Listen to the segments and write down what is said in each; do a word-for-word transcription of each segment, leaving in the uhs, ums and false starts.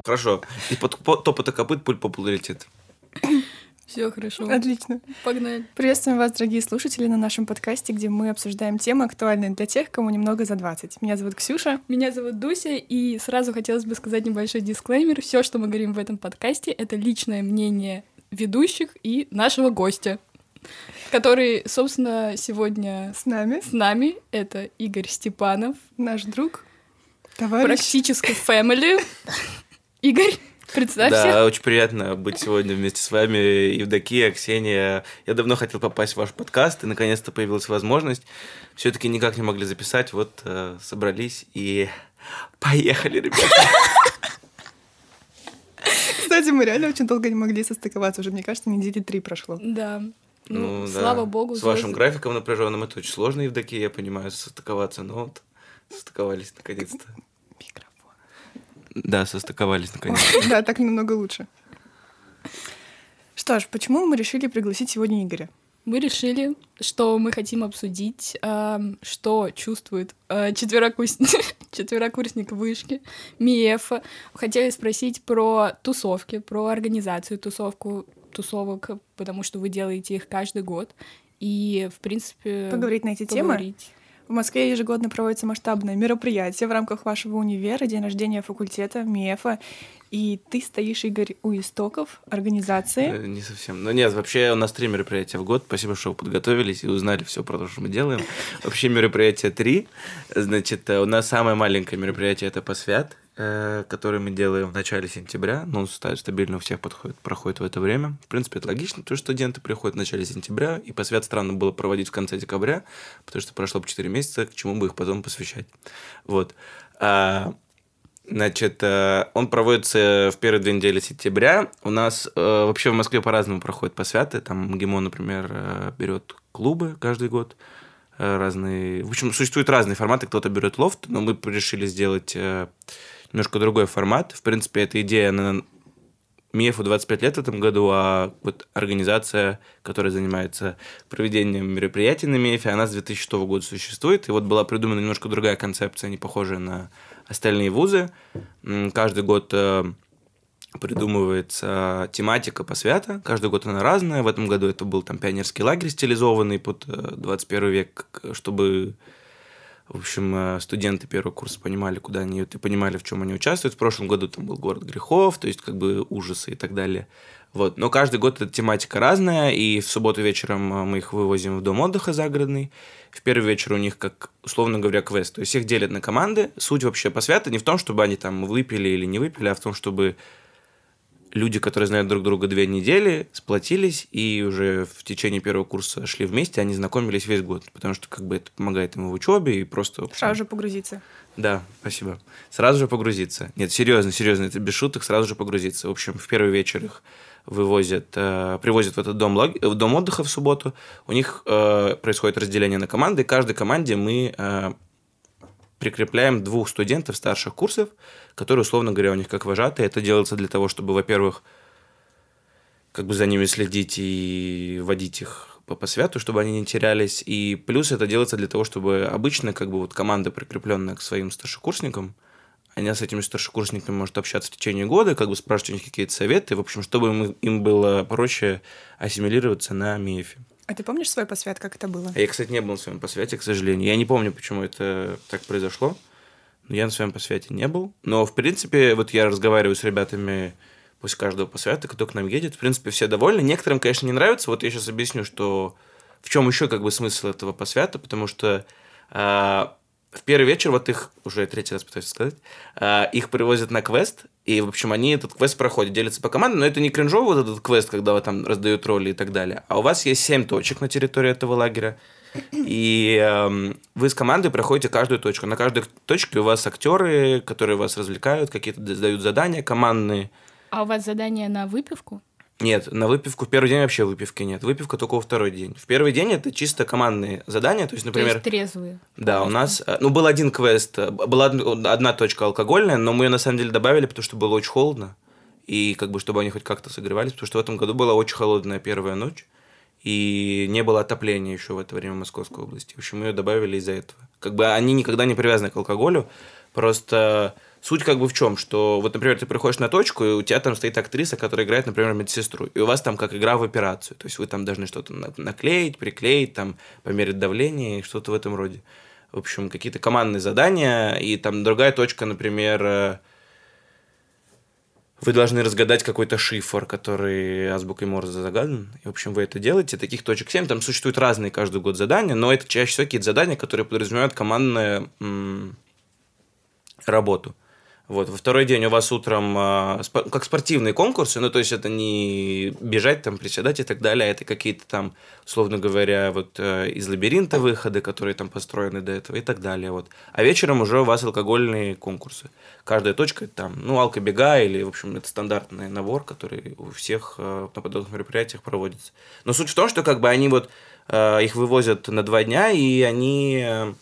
Хорошо. Из-под топота копыт пуль по полу летит. Все хорошо. Отлично. Погнали. Приветствуем вас, дорогие слушатели, на нашем подкасте, где мы обсуждаем темы, актуальные для тех, кому немного за двадцать. Меня зовут Ксюша. Меня зовут Дуся, и сразу хотелось бы сказать небольшой дисклеймер. Все, что мы говорим в этом подкасте, это личное мнение ведущих и нашего гостя, который, собственно, сегодня С нами. с нами. Это Игорь Степанов. Наш друг, товарищ. Практически family. Игорь, представься. Да, очень приятно быть сегодня вместе с вами, Евдокия, Ксения. Я давно хотел попасть в ваш подкаст, и наконец-то появилась возможность. Все-таки никак не могли записать, вот э, собрались и поехали, ребята. Кстати, мы реально очень долго не могли состыковаться. Уже, мне кажется, недели три прошло. Да. Ну, Ну, слава да. богу. С вашим звезды. графиком напряженным это очень сложно, Евдокия, я понимаю, состыковаться, но вот состыковались наконец-то. Микрофон. Да, состыковались наконец-то. Да, так намного лучше. Что ж, почему мы решили пригласить сегодня Игоря? Мы решили, что мы хотим обсудить, эм, что чувствует э, четверокурсник, четверокурсник вышки, МИЭФа. Хотели спросить про тусовки, про организацию тусовку, тусовок, потому что вы делаете их каждый год. И, в принципе... Поговорить на эти темы. поговорить. В Москве ежегодно проводится масштабное мероприятие в рамках вашего универа, день рождения факультета МИЭФа. И ты стоишь, Игорь, у истоков организации. Э, Не совсем. Ну нет, вообще у нас три мероприятия в год. Спасибо, что вы подготовились и узнали все про то, что мы делаем. Вообще мероприятия три. Значит, э, у нас самое маленькое мероприятие — это посвят, э, который мы делаем в начале сентября. Ну, он ста- стабильно у всех подходит, проходит в это время. В принципе, это логично, потому что студенты приходят в начале сентября, и посвят странно было проводить в конце декабря, потому что прошло бы четыре месяца, к чему бы их потом посвящать. Вот. А, Значит, э, он проводится в первые две недели сентября. У нас э, вообще в Москве по-разному проходят посвяты. Там МГИМО, например, э, берет клубы каждый год. Э, разные... В общем, существуют разные форматы. Кто-то берет лофт, но мы решили сделать э, немножко другой формат. В принципе, эта идея, она... МИЭФу двадцать пять лет в этом году, а вот организация, которая занимается проведением мероприятий на МИЭФе, она с две тысячи шестого года существует. И вот была придумана немножко другая концепция, не похожая на остальные вузы. М, Каждый год э, придумывается тематика посвята. Каждый год она разная. В этом году это был там пионерский лагерь, стилизованный под э, двадцать первый век, к- чтобы, в общем, э, студенты первого курса понимали, куда они идут, и понимали, в чем они участвуют. В прошлом году там был город грехов, то есть как бы ужасы и так далее. Вот. Но каждый год эта тематика разная, и в субботу вечером э, мы их вывозим в дом отдыха загородный. В первый вечер у них, как, условно говоря, квест. То есть их делят на команды. Суть вообще посвята не в том, чтобы они там выпили или не выпили, а в том, чтобы люди, которые знают друг друга две недели, сплотились и уже в течение первого курса шли вместе, они знакомились весь год, потому что как бы это помогает им в учебе и просто... в общем, Сразу же погрузиться. Да, спасибо. Сразу же погрузиться. Нет, серьезно, серьезно, это без шуток, сразу же погрузиться. В общем, в первый вечер их вывозят, э, привозят в этот дом, лаг- в дом отдыха в субботу. У них э, происходит разделение на команды. Каждой команде мы э, прикрепляем двух студентов старших курсов, которые, условно говоря, у них как вожатые. Это делается для того, чтобы, во-первых, как бы за ними следить и водить их по посвяту, чтобы они не терялись. И плюс это делается для того, чтобы обычно как бы вот команда, прикрепленная к своим старшекурсникам, она с этими старшекурсниками может общаться в течение года, как бы спрашивать у них какие-то советы, в общем, чтобы им, им было проще ассимилироваться на МИЭФе. А ты помнишь свой посвят, как это было? А я, кстати, не был на своем посвяте, к сожалению. Я не помню, почему это так произошло. Но я на своем посвяте не был. Но, в принципе, вот я разговариваю с ребятами после каждого посвята, кто к нам едет. В принципе, все довольны. Некоторым, конечно, не нравится. Вот я сейчас объясню, что в чем еще как бы смысл этого посвята, потому что а, в первый вечер, вот их, уже третий раз пытаюсь сказать, а, их привозят на квест, и, в общем, они этот квест проходят, делятся по командам, но это не кринжовый вот этот квест, когда вот там раздают роли и так далее, а у вас есть семь точек на территории этого лагеря, и эм, вы с командой проходите каждую точку. На каждой точке у вас актеры, которые вас развлекают, какие-то сдают задания командные. А у вас задание на выпивку? Нет, на выпивку в первый день вообще выпивки нет. Выпивка только во второй день. В первый день это чисто командные задания. То есть, например... То есть трезвые. Да, у нас... э, Ну, был один квест, э, была од- одна точка алкогольная, но мы ее на самом деле добавили, потому что было очень холодно. И как бы, чтобы они хоть как-то согревались, потому что в этом году была очень холодная первая ночь. И не было отопления еще в это время в Московской области. В общем, мы ее добавили из-за этого. Как бы они никогда не привязаны к алкоголю, просто Суть как бы в чем, что вот, например, ты приходишь на точку, и у тебя там стоит актриса, которая играет, например, медсестру, и у вас там как игра в операцию, то есть вы там должны что-то наклеить, приклеить, там, померить давление и что-то в этом роде. В общем, какие-то командные задания, и там другая точка, например, вы должны разгадать какой-то шифр, который азбукой Морзе загадан. И, в общем, вы это делаете. Таких точек семь. Там существуют разные каждый год задания, но это чаще всего какие-то задания, которые подразумевают командную м- работу. Вот. Во второй день у вас утром э, спо- как спортивные конкурсы, ну, то есть это не бежать, там, приседать и так далее, а это какие-то там, условно говоря, вот э, из лабиринта выходы, которые там построены до этого и так далее. Вот. А вечером уже у вас алкогольные конкурсы. Каждая точка там, ну, алкобега или, в общем, это стандартный набор, который у всех э, на подобных мероприятиях проводится. Но суть в том, что как бы они вот, э, их вывозят на два дня, и они... Э,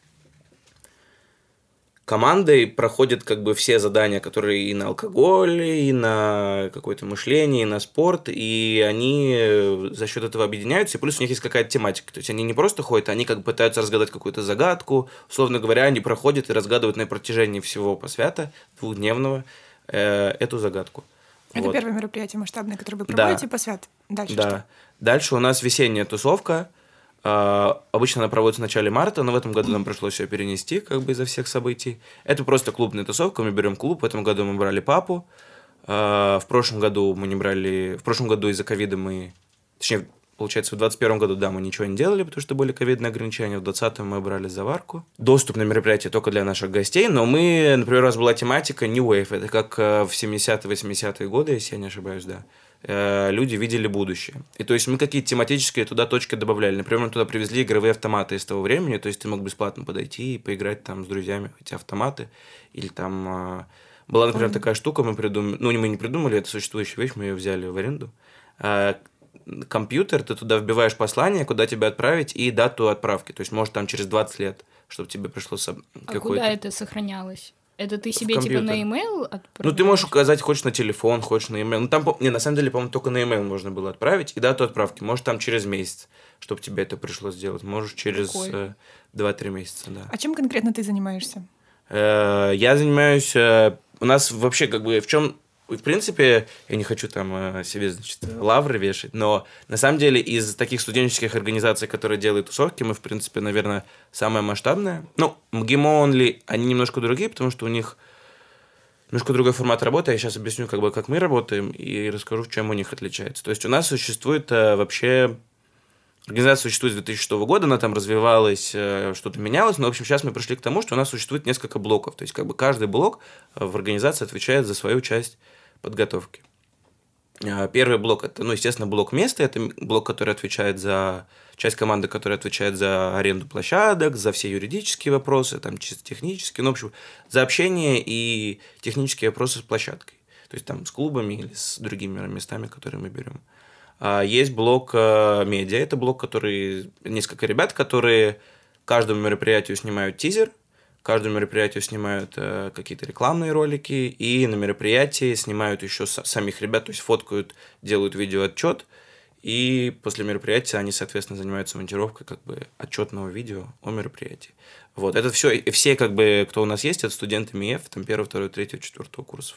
командой проходят как бы все задания, которые и на алкоголь, и на какое-то мышление, и на спорт, и они за счет этого объединяются, и плюс у них есть какая-то тематика. То есть они не просто ходят, они как бы пытаются разгадать какую-то загадку, условно говоря, они проходят и разгадывают на протяжении всего посвята двухдневного э, эту загадку. Это вот. Первое мероприятие масштабное, которое вы проводите, да. посвят. Дальше да. что? Дальше у нас весенняя тусовка. Uh, обычно она проводится в начале марта, но в этом году нам пришлось ее перенести, как бы из-за всех событий. Это просто клубная тусовка, мы берем клуб. В этом году мы брали папу. Uh, в прошлом году мы не брали... В прошлом году из-за ковида мы... Точнее, получается, в двадцать первом году, да, мы ничего не делали, потому что были ковидные ограничения. В двадцатом мы брали заварку. Доступ на мероприятие только для наших гостей, но мы, например, у нас была тематика New Wave. Это как в семидесятые-восьмидесятые годы, если я не ошибаюсь, да. Люди видели будущее. И то есть мы какие-то тематические туда точки добавляли. Например, мы туда привезли игровые автоматы из того времени, то есть ты мог бесплатно подойти и поиграть там с друзьями в эти автоматы. Или там... Была, например, Ой. такая штука, мы придумали... Ну, мы не придумали, это существующая вещь, мы ее взяли в аренду. Компьютер, ты туда вбиваешь послание, куда тебя отправить, и дату отправки. То есть, может, там через двадцать лет, чтобы тебе пришло а какой-то... куда это сохранялось? Это ты себе типа на e-mail отправляешь? Ну, ты можешь указать, хочешь на телефон, хочешь на e-mail. Ну, там, не, на самом деле, по-моему, только на e-mail можно было отправить, и дату отправки. Может, там через месяц, чтобы тебе это пришлось сделать. Можешь через э, два-три месяца, да. А чем конкретно ты занимаешься? Э, я занимаюсь... Э, у нас вообще, как бы, в чем... В принципе, я не хочу там э, себе, значит, лавры вешать, но на самом деле из таких студенческих организаций, которые делают тусовки, мы, в принципе, наверное, самая масштабная. Ну, МГИМО Only, они немножко другие, потому что у них немножко другой формат работы. Я сейчас объясню, как бы, как мы работаем, и расскажу, в чем у них отличается. То есть у нас существует э, вообще... Организация существует с две тысячи шестого года, она там развивалась, э, что-то менялось, но, в общем, сейчас мы пришли к тому, что у нас существует несколько блоков. То есть, как бы, каждый блок в организации отвечает за свою часть подготовки. Первый блок – это, ну, естественно, блок места. Это блок, который отвечает за... Часть команды, которая отвечает за аренду площадок, за все юридические вопросы, там, чисто технические, ну, в общем, за общение и технические вопросы с площадкой. То есть, там, с клубами или с другими местами, которые мы берем. Есть блок медиа. Это блок, который... Несколько ребят, которые каждому мероприятию снимают тизер, каждому мероприятию снимают э, какие-то рекламные ролики, и на мероприятии снимают еще с- самих ребят, то есть фоткают, делают видеоотчет, и после мероприятия они, соответственно, занимаются монтировкой как бы отчетного видео о мероприятии. Вот, это все, и все, как бы, кто у нас есть, это студенты МИЭФ, там, первого, второго, третьего, четвертого курсов.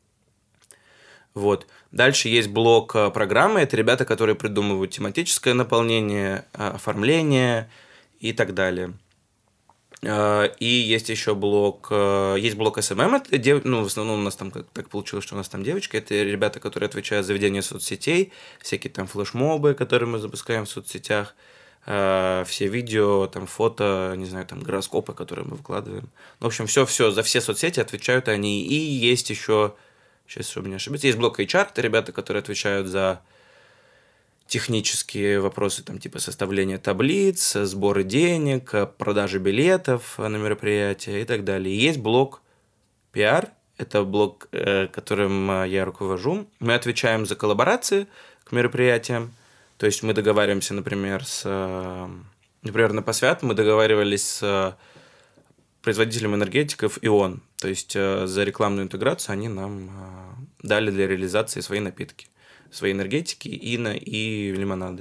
Вот. Дальше есть блок программы, это ребята, которые придумывают тематическое наполнение, оформление и так далее. И есть еще блок, есть блок эс эм эм, это дев... ну, в основном у нас там как, так получилось, что у нас там девочки, это ребята, которые отвечают за ведение соцсетей, всякие там флешмобы, которые мы запускаем в соцсетях, все видео, там фото, не знаю, там гороскопы, которые мы выкладываем. В общем, все-все, за все соцсети отвечают они. И есть еще, сейчас, чтобы не ошибиться, есть блок эйч ар, это ребята, которые отвечают за технические вопросы, там, типа составления таблиц, сборы денег, продажи билетов на мероприятия и так далее. И есть блок пи ар, это блок, которым я руковожу. Мы отвечаем за коллаборации к мероприятиям. То есть мы договариваемся, например, с... Например, на посвят мы договаривались с производителем энергетиков ИОН. То есть за рекламную интеграцию они нам дали для реализации свои напитки. Свои энергетики, Ина и лимонады.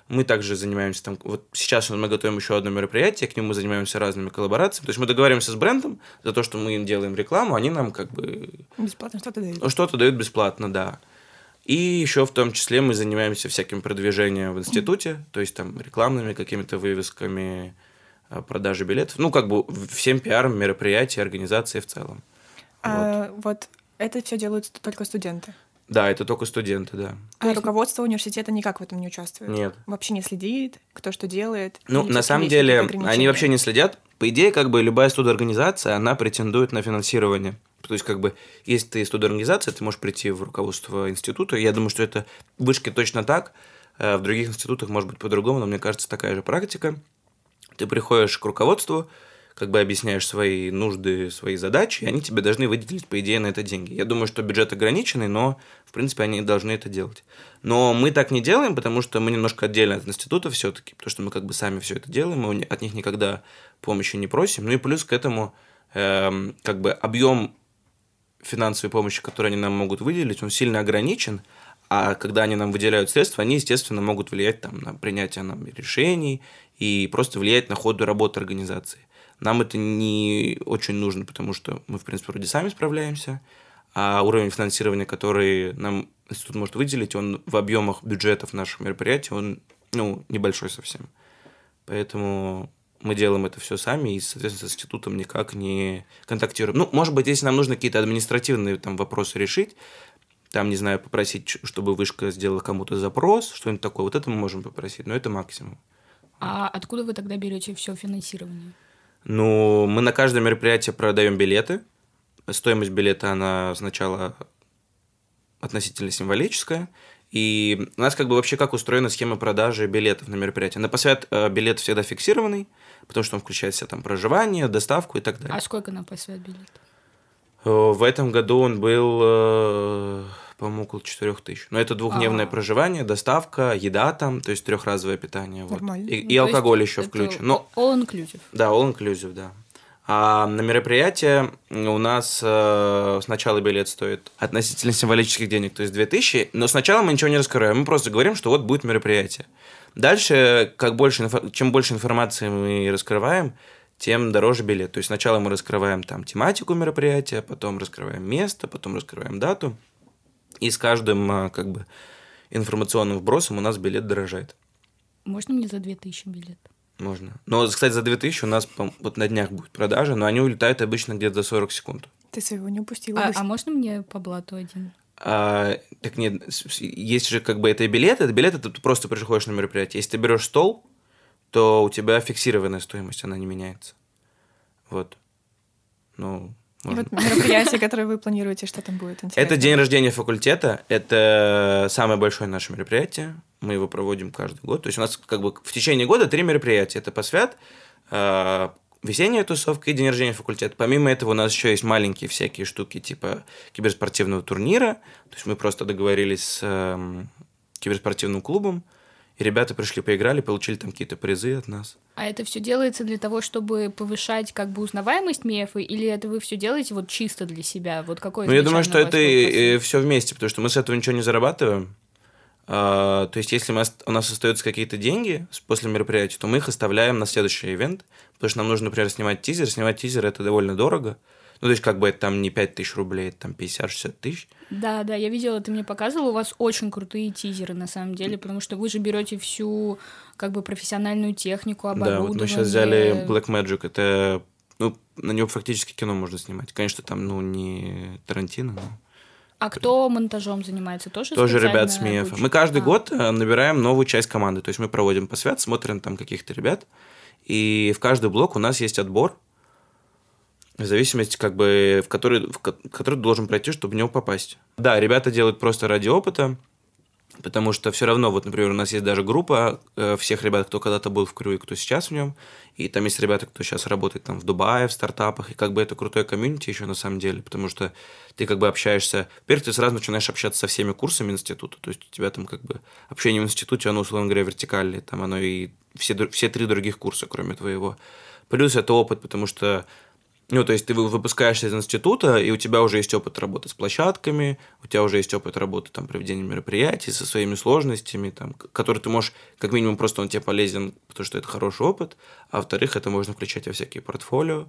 Мы также занимаемся там... Вот сейчас мы готовим еще одно мероприятие, к нему мы занимаемся разными коллаборациями. То есть мы договариваемся с брендом за то, что мы им делаем рекламу, они нам как бы... Бесплатно что-то дают. Что-то дают бесплатно, да. И еще в том числе мы занимаемся всяким продвижением в институте, то есть там рекламными какими-то вывесками, продажи билетов. Ну, как бы всем пиаром мероприятий, организации в целом. А, вот. вот это все делают только студенты? Да, это только студенты, да. А руководство университета никак в этом не участвует? Нет. Вообще не следит, кто что делает? Ну, на самом деле, они вообще не следят. По идее, как бы любая студорганизация, она претендует на финансирование. То есть, как бы, если ты студорганизация, ты можешь прийти в руководство института. Я думаю, что это в вышке точно так. В других институтах может быть по-другому, но мне кажется, такая же практика. Ты приходишь к руководству, как бы объясняешь свои нужды, свои задачи, и они тебе должны выделить, по идее, на это деньги. Я думаю, что бюджет ограниченный, но, в принципе, они должны это делать. Но мы так не делаем, потому что мы немножко отдельно от института все-таки, потому что мы как бы сами все это делаем, мы от них никогда помощи не просим. Ну и плюс к этому, э, как бы, объем финансовой помощи, которую они нам могут выделить, он сильно ограничен, а когда они нам выделяют средства, они, естественно, могут влиять там, на принятие нам решений и просто влиять на ход работы организации. Нам это не очень нужно, потому что мы, в принципе, вроде сами справляемся, а уровень финансирования, который нам институт может выделить, он в объемах бюджетов наших мероприятий, он, ну, небольшой совсем. Поэтому мы делаем это все сами и, соответственно, с институтом никак не контактируем. Ну, может быть, если нам нужно какие-то административные там вопросы решить, там, не знаю, попросить, чтобы вышка сделала кому-то запрос, что-нибудь такое, вот это мы можем попросить, но это максимум. А откуда вы тогда берете все финансирование? Ну, мы на каждое мероприятие продаем билеты. Стоимость билета, она сначала относительно символическая. И у нас как бы вообще как устроена схема продажи билетов на мероприятие. На посвят билет всегда фиксированный, потому что он включает в себя там проживание, доставку и так далее. А сколько на посвят билет? В этом году он был, по-моему, около четырех тысяч. Но это двухдневное А-а-а. проживание, доставка, еда там, то есть трехразовое питание. Вот. И, и ну, алкоголь еще включен. Но... All inclusive. Да, all inclusive, да. А на мероприятие у нас э, сначала билет стоит относительно символических денег, то есть две тысячи, но сначала мы ничего не раскрываем, мы просто говорим, что вот будет мероприятие. Дальше, как больше, чем больше информации мы раскрываем, тем дороже билет. То есть сначала мы раскрываем там тематику мероприятия, потом раскрываем место, потом раскрываем дату, и с каждым как бы информационным вбросом у нас билет дорожает. Можно мне за две тысячи билет? Можно. Но, кстати, за две тысячи у нас вот на днях будет продажа, но они улетают обычно где-то за сорок секунд. Ты своего не упустила. А, а можно мне по блату один? А, так нет, есть же как бы это билет, это билет, это ты просто приходишь на мероприятие. Если ты берешь стол, то у тебя фиксированная стоимость, она не меняется. Вот. Ну, можно. И вот мероприятие, которое вы планируете, что там будет интересно? Это день рождения факультета, это самое большое наше мероприятие. Мы его проводим каждый год. То есть у нас как бы в течение года три мероприятия. Это посвят, э, весенняя тусовка и день рождения факультета. Помимо этого у нас еще есть маленькие всякие штуки типа киберспортивного турнира. То есть мы просто договорились с э, киберспортивным клубом, и ребята пришли, поиграли, получили там какие-то призы от нас. А это все делается для того, чтобы повышать как бы узнаваемость МИЭФа, или это вы все делаете вот чисто для себя? Вот какой? Ну, я думаю, что это и, и все вместе, потому что мы с этого ничего не зарабатываем. А, то есть, если мы, у нас остаются какие-то деньги после мероприятия, то мы их оставляем на следующий ивент, потому что нам нужно, например, снимать тизер. Снимать тизер – это довольно дорого. Ну, то есть, как бы это там не пять тысяч рублей, это там пятьдесят-шестьдесят тысяч. Да, да, я видела, ты мне показывал, у вас очень крутые тизеры, на самом деле, потому что вы же берете всю, как бы, профессиональную технику, оборудование. Да, вот мы сейчас взяли Blackmagic, это, ну, на него фактически кино можно снимать. Конечно, там, ну, не Тарантино, но... А кто монтажом занимается? Тоже Тоже ребят с МИЭФа. Мы каждый а. год набираем новую часть команды. То есть мы проводим посвят, смотрим там каких-то ребят, и в каждый блок у нас есть отбор, в зависимости, как бы, в который, в который ты должен пройти, чтобы в него попасть. Да, ребята делают просто ради опыта, потому что все равно, вот, например, у нас есть даже группа э, всех ребят, кто когда-то был в Крю и кто сейчас в нем, и там есть ребята, кто сейчас работает там в Дубае, в стартапах, и как бы это крутое комьюнити еще на самом деле, потому что ты как бы общаешься, во-первых, ты сразу начинаешь общаться со всеми курсами института, то есть у тебя там как бы общение в институте, оно, условно говоря, вертикальное, там оно и все, все три других курса, кроме твоего. Плюс это опыт, потому что Ну, то есть ты вы- выпускаешься из института, и у тебя уже есть опыт работы с площадками, у тебя уже есть опыт работы там проведения мероприятий со своими сложностями, там, к- которые ты можешь, как минимум, просто он тебе полезен, потому что это хороший опыт, а во-вторых, это можно включать во всякие портфолио,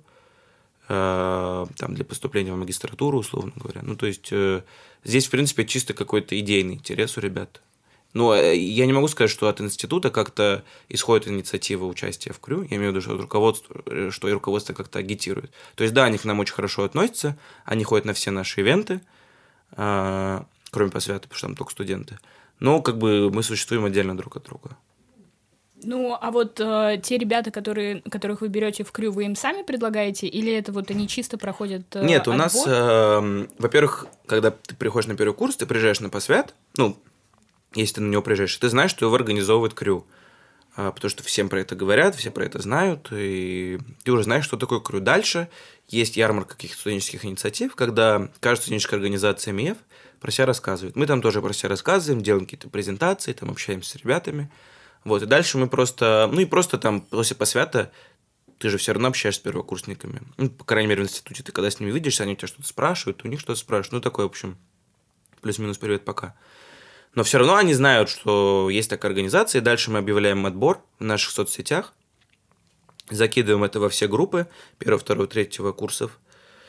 э, там, для поступления в магистратуру, условно говоря. Ну, то есть э, здесь, в принципе, чисто какой-то идейный интерес у ребят. Ну, э, я не могу сказать, что от института как-то исходит инициатива участия в крю. Я имею в виду, что от руководства, э, что и руководство как-то агитирует. То есть, да, они к нам очень хорошо относятся, они ходят на все наши ивенты, а, кроме посвята, потому что там только студенты. Но как бы мы существуем отдельно друг от друга. Ну, а вот э, те ребята, которые, которых вы берете в крю, вы им сами предлагаете, или это вот они чисто проходят э, Нет, у отбор? нас, э, во-первых, когда ты приходишь на первый курс, ты приезжаешь на посвят, ну, если ты на него приезжаешь, ты знаешь, что его организовывает крю. А, потому что всем про это говорят, все про это знают, и ты уже знаешь, что такое крю. Дальше есть ярмарка каких-то студенческих инициатив, когда каждая студенческая организация МИЭФ про себя рассказывает. Мы там тоже про себя рассказываем, делаем какие-то презентации, там общаемся с ребятами. Вот, и дальше мы просто, ну и просто там после посвята ты же все равно общаешься с первокурсниками. Ну, по крайней мере, в институте ты когда с ними видишься, они у тебя что-то спрашивают, у них что-то спрашивают. Ну, такое, в общем, плюс-минус привет, пока. Но все равно они знают, что есть такая организация, и дальше мы объявляем отбор в наших соцсетях, закидываем это во все группы первого, второго, третьего курсов,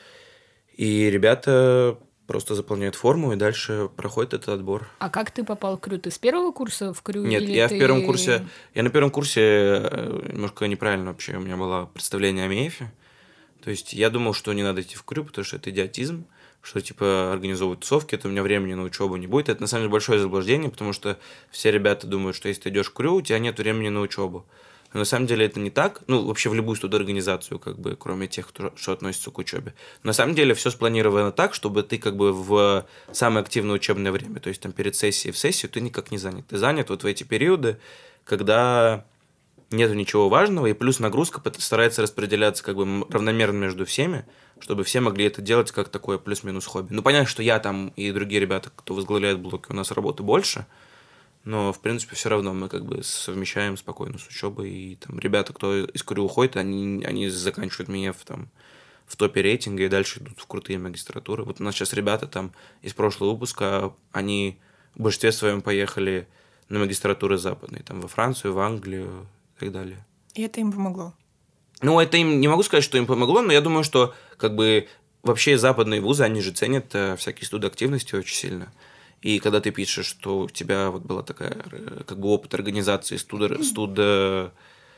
и ребята просто заполняют форму, и дальше проходит этот отбор. А как ты попал в крю? Ты с первого курса в крю? Нет, или я ты... в первом курсе, я на первом курсе э, немножко неправильно вообще у меня было представление о МИЭФе. То есть я думал, что не надо идти в крю, потому что это идиотизм, что типа организовывать тусовки, это у меня времени на учебу не будет. Это на самом деле большое заблуждение, потому что все ребята думают, что если ты идешь в крю, у тебя нет времени на учебу. Но на самом деле это не так. Ну, вообще в любую студорганизацию, как бы, кроме тех, кто что относится к учебе. Но на самом деле все спланировано так, чтобы ты как бы в самое активное учебное время, то есть там перед сессией, в сессию, ты никак не занят. Ты занят вот в эти периоды, когда нету ничего важного, и плюс нагрузка старается распределяться как бы равномерно между всеми, чтобы все могли это делать как такое плюс-минус хобби. Ну, понятно, что я там и другие ребята, кто возглавляет блоки, у нас работы больше, но, в принципе, все равно мы как бы совмещаем спокойно с учебой, и там ребята, кто из крю уходит, они, они заканчивают МИЭФ там в топе рейтинга и дальше идут в крутые магистратуры. Вот у нас сейчас ребята там из прошлого выпуска, они в большинстве своем поехали на магистратуры западные, там во Францию, в Англию и так далее. И это им помогло? Ну, это им, не могу сказать, что им помогло, но я думаю, что как бы вообще западные вузы, они же ценят э, всякие студоактивности очень сильно. И когда ты пишешь, что у тебя вот была такая э, как бы опыт организации студо, студо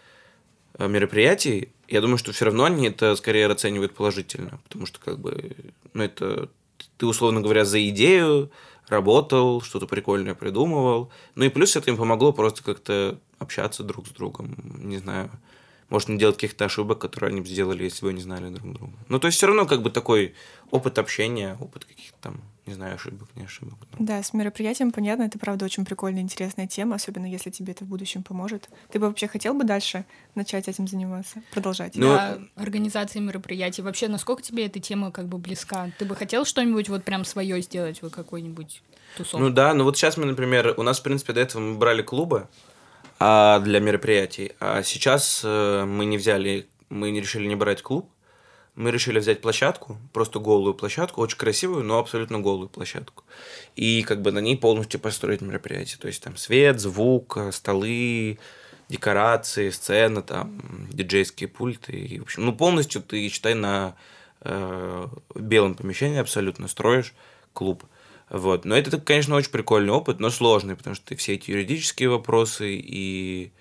э, мероприятий, я думаю, что все равно они это скорее оценивают положительно, потому что как бы, ну, это ты, условно говоря, за идею работал, что-то прикольное придумывал. Ну и плюс это им помогло просто как-то общаться друг с другом, не знаю, может, не делать каких-то ошибок, которые они бы сделали, если бы не знали друг друга. Ну, то есть все равно как бы такой опыт общения, опыт каких-то там, не знаю, ошибок, не ошибок. Да, с мероприятием, понятно, это правда очень прикольная, интересная тема, особенно если тебе это в будущем поможет. Ты бы вообще хотел бы дальше начать этим заниматься, продолжать? Ну, Да, организации мероприятий. Вообще, насколько тебе эта тема как бы близка? Ты бы хотел что-нибудь вот прям свое сделать, вот какой-нибудь тусовку? Ну да, ну вот сейчас мы, например, у нас, в принципе, до этого мы брали клубы а, для мероприятий, а сейчас э, мы не взяли, мы не решили не брать клуб, мы решили взять площадку, просто голую площадку, очень красивую, но абсолютно голую площадку. И как бы на ней полностью построить мероприятие. То есть там свет, звук, столы, декорации, сцена, там диджейские пульты. И, в общем, ну полностью ты, считай, на э, белом помещении абсолютно строишь клуб. Вот. Но это, конечно, очень прикольный опыт, но сложный, потому что ты все эти юридические вопросы и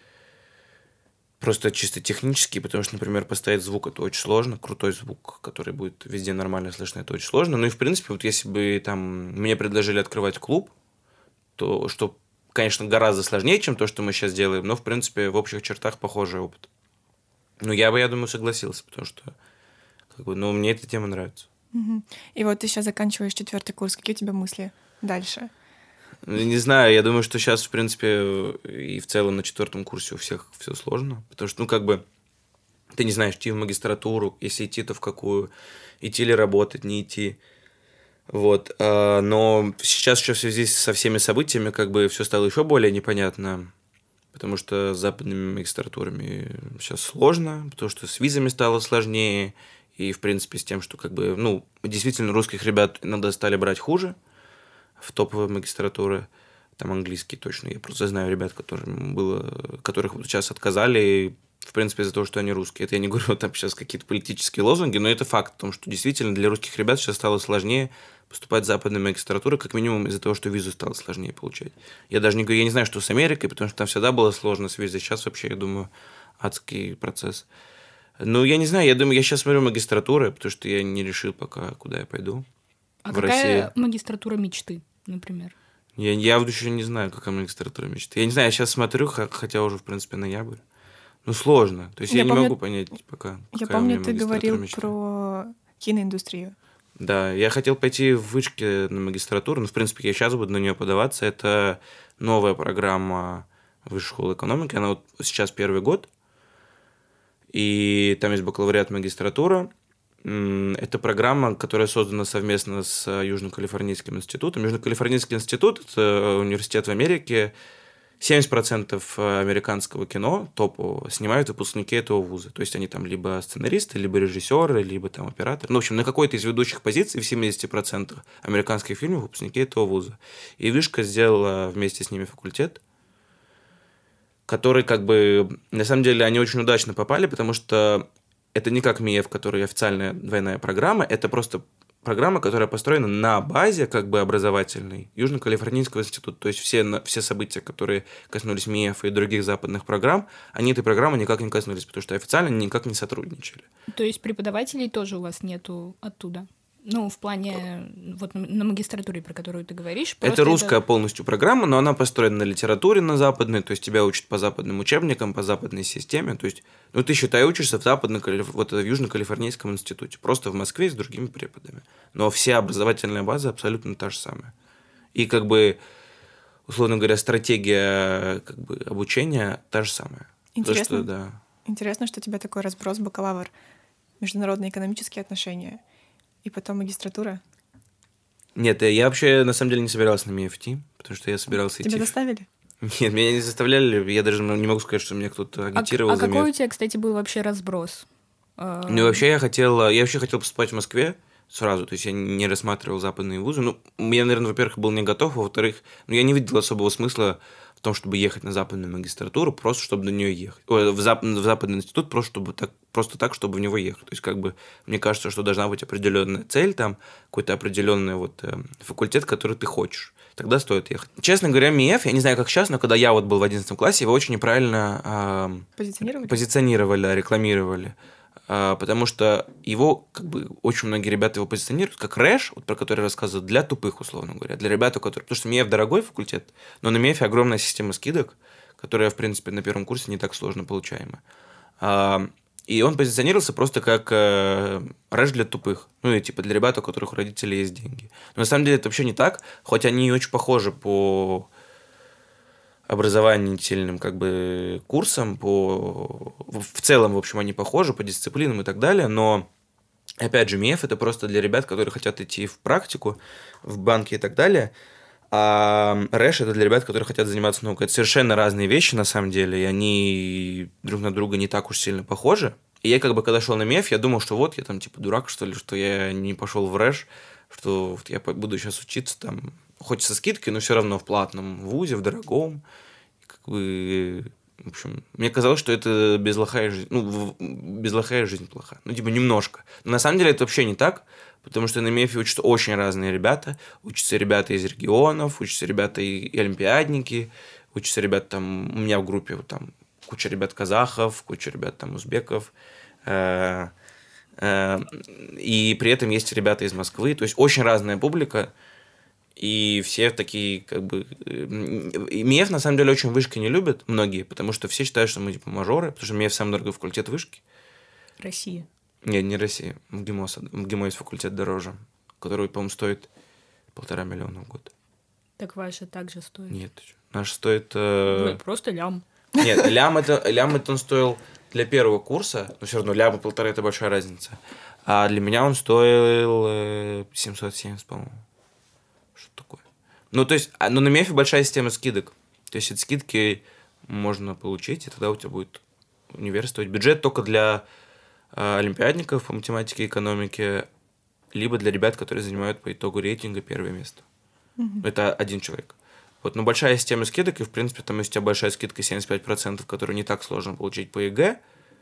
просто чисто технические, потому что, например, поставить звук – это очень сложно, крутой звук, который будет везде нормально слышно, это очень сложно. Ну и, в принципе, вот если бы там мне предложили открывать клуб, то, что, конечно, гораздо сложнее, чем то, что мы сейчас делаем, но, в принципе, в общих чертах похожий опыт. Ну, я бы, я думаю, согласился, потому что, как бы, ну, мне эта тема нравится. Угу. И вот ты сейчас заканчиваешь четвертый курс. Какие у тебя мысли дальше? Не знаю, я думаю, что сейчас, в принципе, и в целом на четвертом курсе у всех все сложно, потому что, ну, как бы, ты не знаешь, идти в магистратуру, если идти, то в какую, идти ли работать, не идти, вот, но сейчас еще в связи со всеми событиями, как бы, все стало еще более непонятно, потому что с западными магистратурами сейчас сложно, потому что с визами стало сложнее, И, в принципе, с тем, что как бы, ну, действительно русских ребят иногда стали брать хуже в топовые магистратуры. Там английский точно. Я просто знаю ребят, которым было, которых вот сейчас отказали, в принципе, из-за того, что они русские. Это я не говорю там сейчас какие-то политические лозунги, но это факт в том, что действительно для русских ребят сейчас стало сложнее поступать в западные магистратуры, как минимум из-за того, что визу стало сложнее получать. Я даже не говорю, я не знаю, что с Америкой, потому что там всегда было сложно с визой. Сейчас вообще, я думаю, адский процесс. Ну, я не знаю, я думаю, я сейчас смотрю магистратуры, потому что я не решил пока, куда я пойду. А в какая России. магистратура мечты, например? Я, я вот еще не знаю, какая магистратура мечты. Я не знаю, я сейчас смотрю, хотя уже, в принципе, ноябрь. Ну, сложно. То есть я, Я не помню- могу понять пока. Я какая у помню, меня ты магистратура говорил мечты. про киноиндустрию. Да, я хотел пойти в вышке на магистратуру, но, в принципе, я сейчас буду на нее подаваться. Это новая программа Высшей школы экономики. Она вот сейчас первый год. И там есть бакалавриат, магистратура. М, Это программа, которая создана совместно с Южно-Калифорнийским институтом. Южно-Калифорнийский институт – это университет в Америке. семьдесят процентов американского кино топового снимают выпускники этого вуза. То есть они там либо сценаристы, либо режиссеры, либо там операторы. Ну, в общем, на какой-то из ведущих позиций в семьдесят процентов американских фильмов выпускники этого вуза. И Вышка сделала вместе с ними факультет, который как бы... На самом деле они очень удачно попали, потому что это не как МИЭФ, который официальная двойная программа, это просто программа, которая построена на базе как бы образовательной Южно-Калифорнийского института. То есть все, на- все события, которые коснулись МИЭФ и других западных программ, они этой программы никак не коснулись, потому что официально они никак не сотрудничали. То есть преподавателей тоже у вас нету оттуда? Ну, в плане вот на- на магистратуре, про которую ты говоришь. просто Это русская полностью программа, но она построена на литературе, на западной, то есть тебя учат по западным учебникам, по западной системе. То есть, ну, ты, считай, учишься в, западно вот, в Южно-Калифорнийском институте, просто в Москве с другими преподами. Но вся образовательная база абсолютно та же самая. И как бы, условно говоря, стратегия как бы, обучения та же самая. То, Интересно. что, да. Интересно, что у тебя такой разброс бакалавр, международные экономические отношения, и потом магистратура. Нет, я вообще на самом деле не собирался на МИЭФ идти, потому что я собирался идти. Тебя в- заставили? Нет, меня не заставляли, я даже не могу сказать, что меня кто-то А, агитировал а за какой МИЭФ. у тебя, кстати, был вообще разброс? А, Ну, и вообще я хотел, я вообще хотел поступать в Москве сразу, то есть я не рассматривал западные вузы. Ну, я, наверное, во-первых, был не готов, а во-вторых, ну, я не видел особого смысла в том, чтобы ехать на западную магистратуру, просто чтобы на нее ехать. Ой, в, зап- в западный институт, просто, чтобы так, просто так, чтобы в него ехать. То есть, как бы, мне кажется, что должна быть определенная цель, там, какой-то определенный вот, э, факультет, который ты хочешь. Тогда стоит ехать. Честно говоря, МИЭФ, я не знаю, как сейчас, но когда я вот был в одиннадцатом классе, его очень неправильно э, Позиционировали? позиционировали, да, рекламировали. А, потому что его, как бы, очень многие ребята его позиционируют как рэш, вот про который я рассказывал, для тупых, условно говоря, для ребят, у которых... Потому что МИЭФ дорогой факультет, но на МИЭФе огромная система скидок, которая, в принципе, на первом курсе не так сложно получаема. А, и он позиционировался просто как э, рэш для тупых. Ну, и типа для ребят, у которых у родителей есть деньги. Но на самом деле это вообще не так, хоть они и очень похожи по образовательным как бы курсам, по... в целом, в общем, они похожи по дисциплинам и так далее, но, опять же, МИЭФ – это просто для ребят, которые хотят идти в практику, в банки и так далее, а рэш – это для ребят, которые хотят заниматься наукой. Это совершенно разные вещи, на самом деле, и они друг на друга не так уж сильно похожи. И я как бы, когда шел на МИЭФ, я думал, что вот я там типа дурак, что ли, что я не пошел в рэш, что вот я буду сейчас учиться там, хоть со скидкой, но все равно в платном вузе, в дорогом. Как бы, в общем, мне казалось, что это безлохая жизнь. Ну, в- безлохая жизнь плоха. Ну, типа, немножко. Но на самом деле это вообще не так, потому что на МИЭФе учатся очень разные ребята. Учатся ребята из регионов, учатся ребята и, и олимпиадники, учатся ребята там, у меня в группе вот там куча ребят казахов, куча ребят там узбеков. Э, э, И при этом есть ребята из Москвы. То есть очень разная публика. И все такие, как бы... э, и МИЭФ, на самом деле, очень вышки не любят, многие, потому что все считают, что мы, типа, мажоры, потому что МИЭФ самый дорогой факультет вышки. Россия. Нет, не Россия. МГИМО, МГИМО есть факультет дороже, который, по-моему, стоит полтора миллиона в год. Так ваша также стоит. Нет, ты чё. Наш стоит... э, Ну, просто лям. Нет, лям это, лям это он стоил для первого курса, но все равно лям и полтора – это большая разница. А для меня он стоил э, семьсот семьдесят, по-моему. Что такое? Ну, то есть, а, ну, на МИЭФе большая система скидок. То есть, эти скидки можно получить, и тогда у тебя будет универ стоить. Бюджет только для э, олимпиадников по математике и экономике, либо для ребят, которые занимают по итогу рейтинга первое место. Mm-hmm. Это один человек. Вот, но большая система скидок, и, в принципе, там, если у тебя большая скидка семьдесят пять процентов, которую не так сложно получить по ЕГЭ,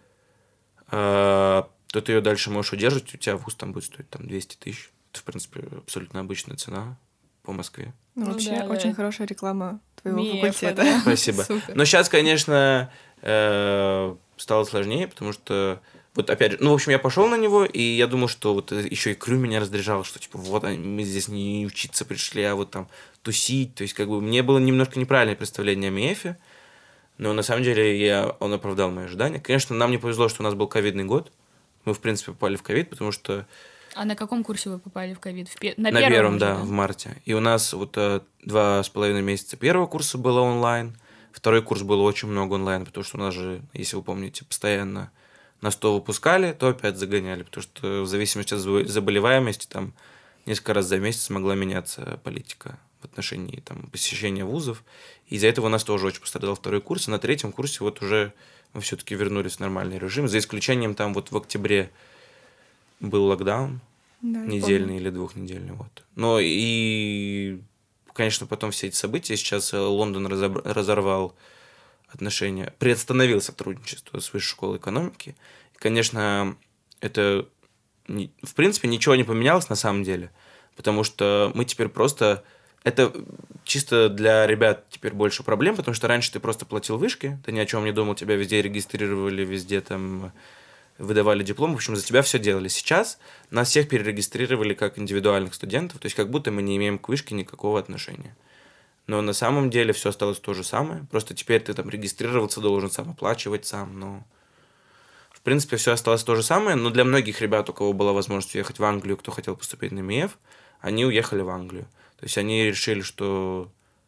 э, то ты ее дальше можешь удерживать, у тебя вуз там будет стоить там, двести тысяч. Это, в принципе, абсолютно обычная цена по Москве. Ну, Ну, вообще, да, очень да. хорошая реклама твоего Мефа, факультета. да. Спасибо. Супер. Но сейчас, конечно, э, стало сложнее, потому что, вот опять же, ну, в общем, я пошел на него, и я думал, что вот еще и крю меня раздражало, что, типа, вот мы здесь не учиться пришли, а вот там тусить. То есть, как бы, мне было немножко неправильное представление о МИЭФе, но на самом деле я, он оправдал мои ожидания. Конечно, нам не повезло, что у нас был ковидный год. Мы, в принципе, попали в ковид, потому что... А на каком курсе вы попали в ковид? В пе- На, На первом, первом, уже, да, в марте. И у нас вот э, два с половиной месяца первого курса было онлайн. Второй курс было очень много онлайн, потому что у нас же, если вы помните, постоянно на сто выпускали, то опять загоняли, потому что в зависимости от заболеваемости там несколько раз за месяц могла меняться политика в отношении там, посещения вузов. И из-за этого у нас тоже очень пострадал второй курс. И на третьем курсе вот уже мы все-таки вернулись в нормальный режим. За исключением там вот в октябре был локдаун, Да, недельный помню. или двухнедельный. Вот. Но и, конечно, потом все эти события. Сейчас Лондон разобр- разорвал отношения, приостановил сотрудничество с Высшей школой экономики. И, конечно, это, не, в принципе, ничего не поменялось на самом деле, потому что мы теперь просто... Это чисто для ребят теперь больше проблем, потому что раньше ты просто платил вышки, ты ни о чем не думал, тебя везде регистрировали, везде там выдавали диплом, в общем, за тебя все делали. Сейчас нас всех перерегистрировали как индивидуальных студентов, то есть как будто мы не имеем к вышке никакого отношения. Но на самом деле все осталось то же самое, просто теперь ты там регистрироваться должен, сам оплачивать сам, но... В принципе, все осталось то же самое, но для многих ребят, у кого была возможность уехать в Англию, кто хотел поступить на МИЭФ, они уехали в Англию. То есть они решили, что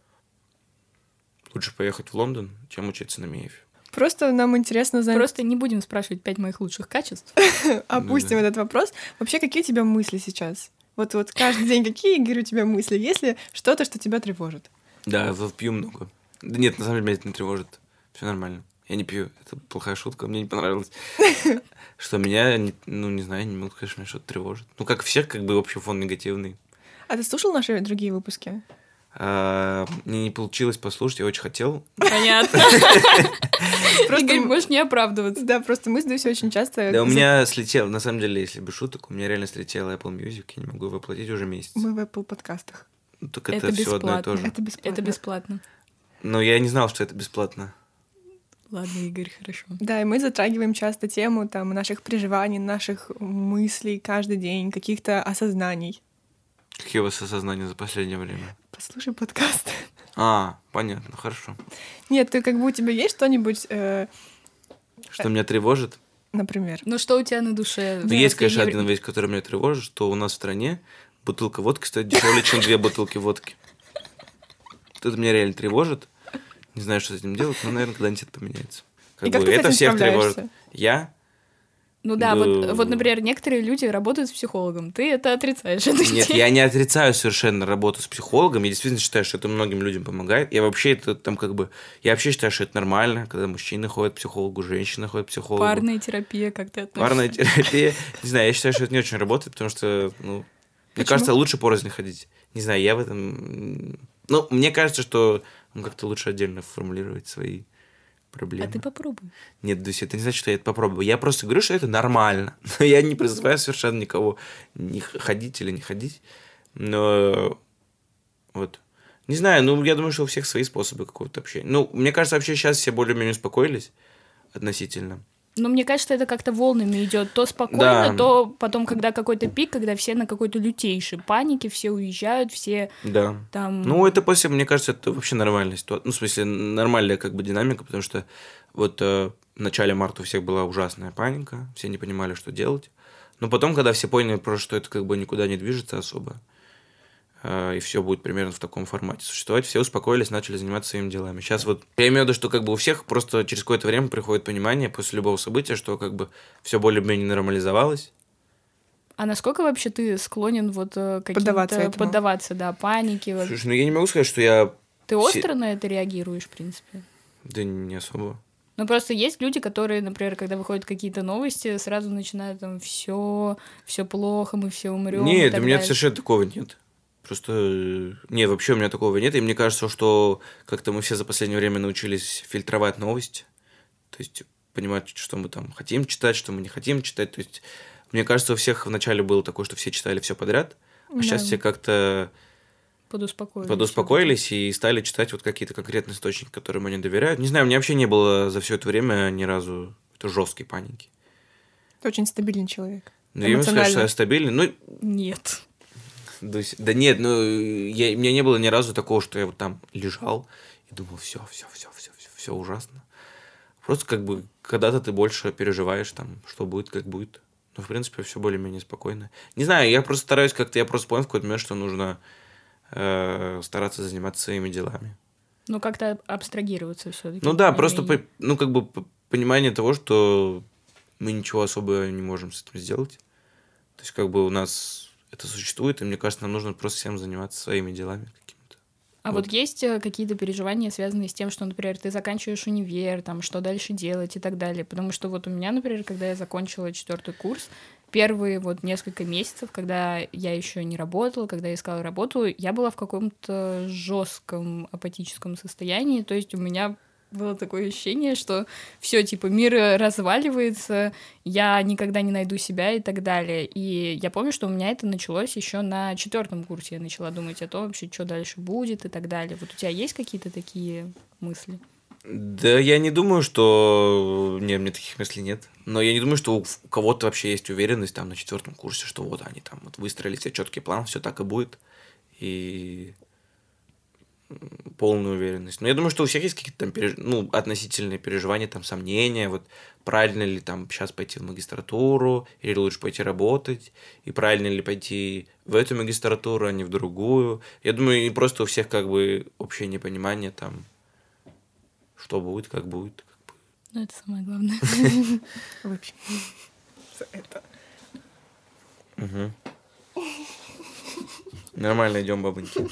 лучше поехать в Лондон, чем учиться на МИЭФе. Просто нам интересно знать... Просто не будем спрашивать пять моих лучших качеств. Опустим этот вопрос. Вообще, какие у тебя мысли сейчас? Вот, вот каждый день какие, Игорь, у тебя мысли? Есть ли что-то, что тебя тревожит? Да, я пью много. Да нет, на самом деле меня это не тревожит. Все нормально. Я не пью. Это плохая шутка, мне не понравилось. Что меня, ну, не знаю, не могу сказать, что меня что-то тревожит. Ну, как всех, как бы общий фон негативный. А ты слушал наши другие выпуски? А, мне не получилось послушать, я очень хотел. Понятно. Игорь, можешь не оправдываться. Да, просто мы с Дусей очень часто... Да, у меня слетел, на самом деле, если без шуток, у меня реально слетел Apple Music, я не могу его оплатить уже месяц. Мы в Apple подкастах. Ну, так это, Это все одно и то бесплатно. же. Это бесплатно. Это бесплатно. Но я не знал, что это бесплатно. Ладно, Игорь, хорошо. Да, и мы затрагиваем часто тему там наших переживаний, наших мыслей каждый день, каких-то осознаний. Какие у вас осознания за последнее время? Послушай подкаст. А, понятно, хорошо. Нет, ты как бы у тебя есть что-нибудь, э, Что меня тревожит? например? Ну что у тебя на душе? Ну, есть, конечно, один вещь, который меня тревожит, что у нас в стране бутылка водки стоит дешевле, чем две бутылки водки. Это меня реально тревожит. Не знаю, что с этим делать, но, наверное, когда-нибудь это поменяется. Как И как бы ты с это этим всех тревожит. справляешься? Я? Ну да, Да. вот, вот, например, некоторые люди работают с психологом. Ты это отрицаешь. эту Нет, идею. я не отрицаю совершенно работу с психологом. Я действительно считаю, что это многим людям помогает. Я вообще это там как бы... Я вообще считаю, что это нормально, когда мужчины ходят к психологу, женщины ходят к психологу. Парная терапия, как ты относишься? Парная терапия. Не знаю, я считаю, что это не очень работает, потому что, ну, мне Почему? кажется, лучше порознь ходить. Не знаю, я в этом... Ну, мне кажется, что ну, как-то лучше отдельно формулировать свои проблемы. А ты попробуй. Нет, Дуся, это не значит, что я это попробую. Я просто говорю, что это нормально. Но я не призываю совершенно никого не ходить или не ходить. Но вот. Не знаю, ну, я думаю, что у всех свои способы какого-то общения. Ну, мне кажется, вообще сейчас все более-менее успокоились относительно. Но мне кажется, это как-то волнами идет. То спокойно, Да. то потом, когда какой-то пик, когда все на какой-то лютейшей панике, все уезжают, все Да. там... Ну, это после, мне кажется, это вообще нормальная ситуация. Ну, в смысле, нормальная как бы динамика, потому что вот э, в начале марта у всех была ужасная паника, все не понимали, что делать. Но потом, когда все поняли, просто, что это как бы никуда не движется особо, э, и все будет примерно в таком формате существовать, все успокоились, начали заниматься своими делами. Сейчас вот я имею в виду, что как бы у всех просто через какое-то время приходит понимание после любого события, что как бы все более-менее нормализовалось. А насколько вообще ты склонен вот э, каким-то... Поддаваться этому. Поддаваться, да, панике. Вот. Слушай, ну я не могу сказать, что я... Ты все- остро на это реагируешь, в принципе? Да не особо. Ну, просто есть люди, которые, например, когда выходят какие-то новости, сразу начинают там все, все плохо, мы все умрем. Нет, у меня совершенно такого нет. Просто, э, не, вообще у меня такого нет. И мне кажется, что как-то мы все за последнее время научились фильтровать новости. То есть понимать, что мы там хотим читать, что мы не хотим читать. То есть мне кажется, у всех вначале было такое, что все читали все подряд, а Да. сейчас все как-то Подуспокоились. подуспокоились и стали читать вот какие-то конкретные источники, которым они доверяют. Не знаю, у меня вообще не было за все это время ни разу это жесткой паники. Ты очень стабильный человек. Ну, я могу сказать, что я стабильный. Ну, Нет. Дусь, да нет, ну, я, у меня не было ни разу такого, что я вот там лежал и думал, все, все, все, все, все, все ужасно. Просто как бы когда-то ты больше переживаешь, там, что будет, как будет. Но, в принципе, все более-менее спокойно. Не знаю, я просто стараюсь как-то, я просто понял в какой-то момент, что нужно э, стараться заниматься своими делами. Ну, как-то абстрагироваться все-таки. Ну да, просто, по, ну, как бы понимание того, что мы ничего особо не можем с этим сделать. То есть, как бы у нас это существует, и мне кажется, нам нужно просто всем заниматься своими делами какими-то. А вот. вот есть какие-то переживания, связанные с тем, что, например, ты заканчиваешь универ, там, что дальше делать и так далее? Потому что вот у меня, например, когда я закончила четвертый курс, первые вот несколько месяцев, когда я еще не работала, когда я искала работу, я была в каком-то жестком апатическом состоянии, то есть у меня было такое ощущение, что все, типа, мир разваливается, я никогда не найду себя и так далее. И я помню, что у меня это началось еще на четвертом курсе. Я начала думать о том, вообще, что дальше будет и так далее. Вот у тебя есть какие-то такие мысли? Да, я не думаю, что... Не, у меня таких мыслей нет. Но я не думаю, что у кого-то вообще есть уверенность там на четвертом курсе, что вот они там вот выстроили себе четкий план, все так и будет. И... полную уверенность. Но я думаю, что у всех есть какие-то там переж... ну, относительные переживания, там, сомнения, вот правильно ли там сейчас пойти в магистратуру, или лучше пойти работать, и правильно ли пойти в эту магистратуру, а не в другую. Я думаю, и просто у всех как бы общее непонимание там, что будет, как будет. Как бы. Ну, это самое главное. Выпьем за это. Угу. Нормально идем, бабоньки.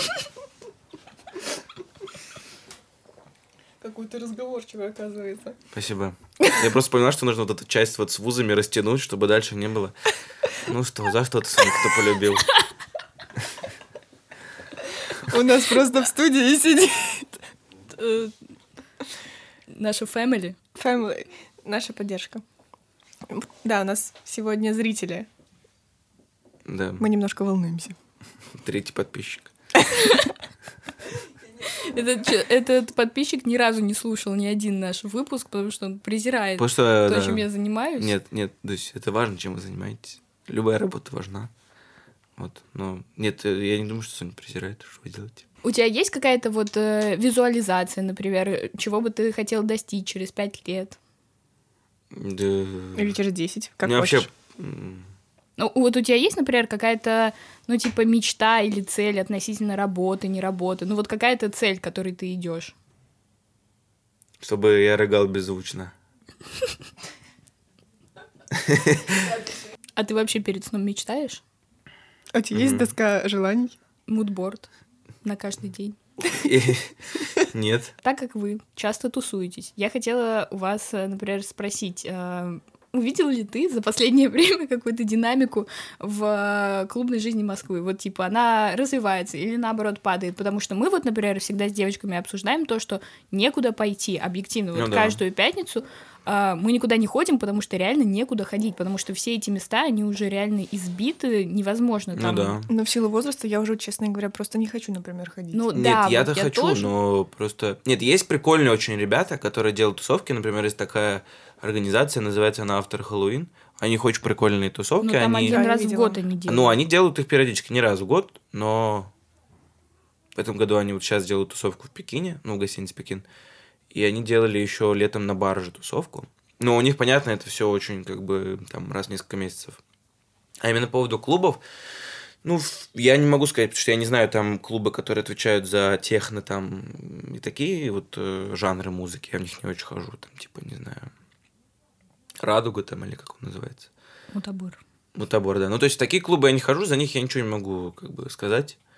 Какой ты разговорчивый, оказывается. Спасибо. Я просто поняла, что нужно вот эту часть вот с вузами растянуть, чтобы дальше не было. Ну что, за что ты, Соня, кто полюбил? У нас просто в студии сидит наша family. Family. Наша поддержка. Да, у нас сегодня зрители. Да. Мы немножко волнуемся. Третий подписчик. Этот, этот подписчик ни разу не слушал ни один наш выпуск, потому что он презирает потому что, то, да. чем я занимаюсь. Нет, нет, Дусь, это важно, чем вы занимаетесь. Любая работа важна. Вот, но нет, я не думаю, что Соня презирает, что вы делаете. У тебя есть какая-то вот э, визуализация, например, чего бы ты хотел достичь через пять лет? Да. Или через десять, как Мне хочешь. вообще... Ну, вот у тебя есть, например, какая-то, ну, типа, мечта или цель относительно работы, не работы? Ну, вот какая-то цель, к которой ты идешь? Чтобы я рыгал беззвучно. А ты вообще перед сном мечтаешь? А у тебя есть доска желаний? Мудборд на каждый день. Нет. Так как вы часто тусуетесь, я хотела у вас, например, спросить... Увидел ли ты за последнее время какую-то динамику в клубной жизни Москвы? Вот, типа, она развивается или, наоборот, падает? Потому что мы вот, например, всегда с девочками обсуждаем то, что некуда пойти, объективно. Вот ну, да. каждую пятницу э, мы никуда не ходим, потому что реально некуда ходить, потому что все эти места, они уже реально избиты, невозможно там... Ну, да. Но в силу возраста я уже, честно говоря, просто не хочу, например, ходить. Ну, Нет, да, я-то вот я хочу, тоже. но просто... Нет, есть прикольные очень ребята, которые делают тусовки. Например, есть такая организация, называется она After Halloween. У них очень прикольные тусовки. Ну, там они... один Да, раз я в видела. год они делают. Ну, они делают их периодически, не раз в год, но в этом году они вот сейчас делают тусовку в Пекине, ну, в гостинице Пекин, и они делали еще летом на барже тусовку. Но у них, понятно, это все очень как бы там раз в несколько месяцев. А именно по поводу клубов, ну, я не могу сказать, потому что я не знаю там клубы, которые отвечают за техно там и такие вот э, жанры музыки, я в них не очень хожу, там типа, не знаю, Радуга там или как он называется. Мутабор. Мутабор, да. Ну, то есть в такие клубы я не хожу, за них я ничего не могу как бы сказать.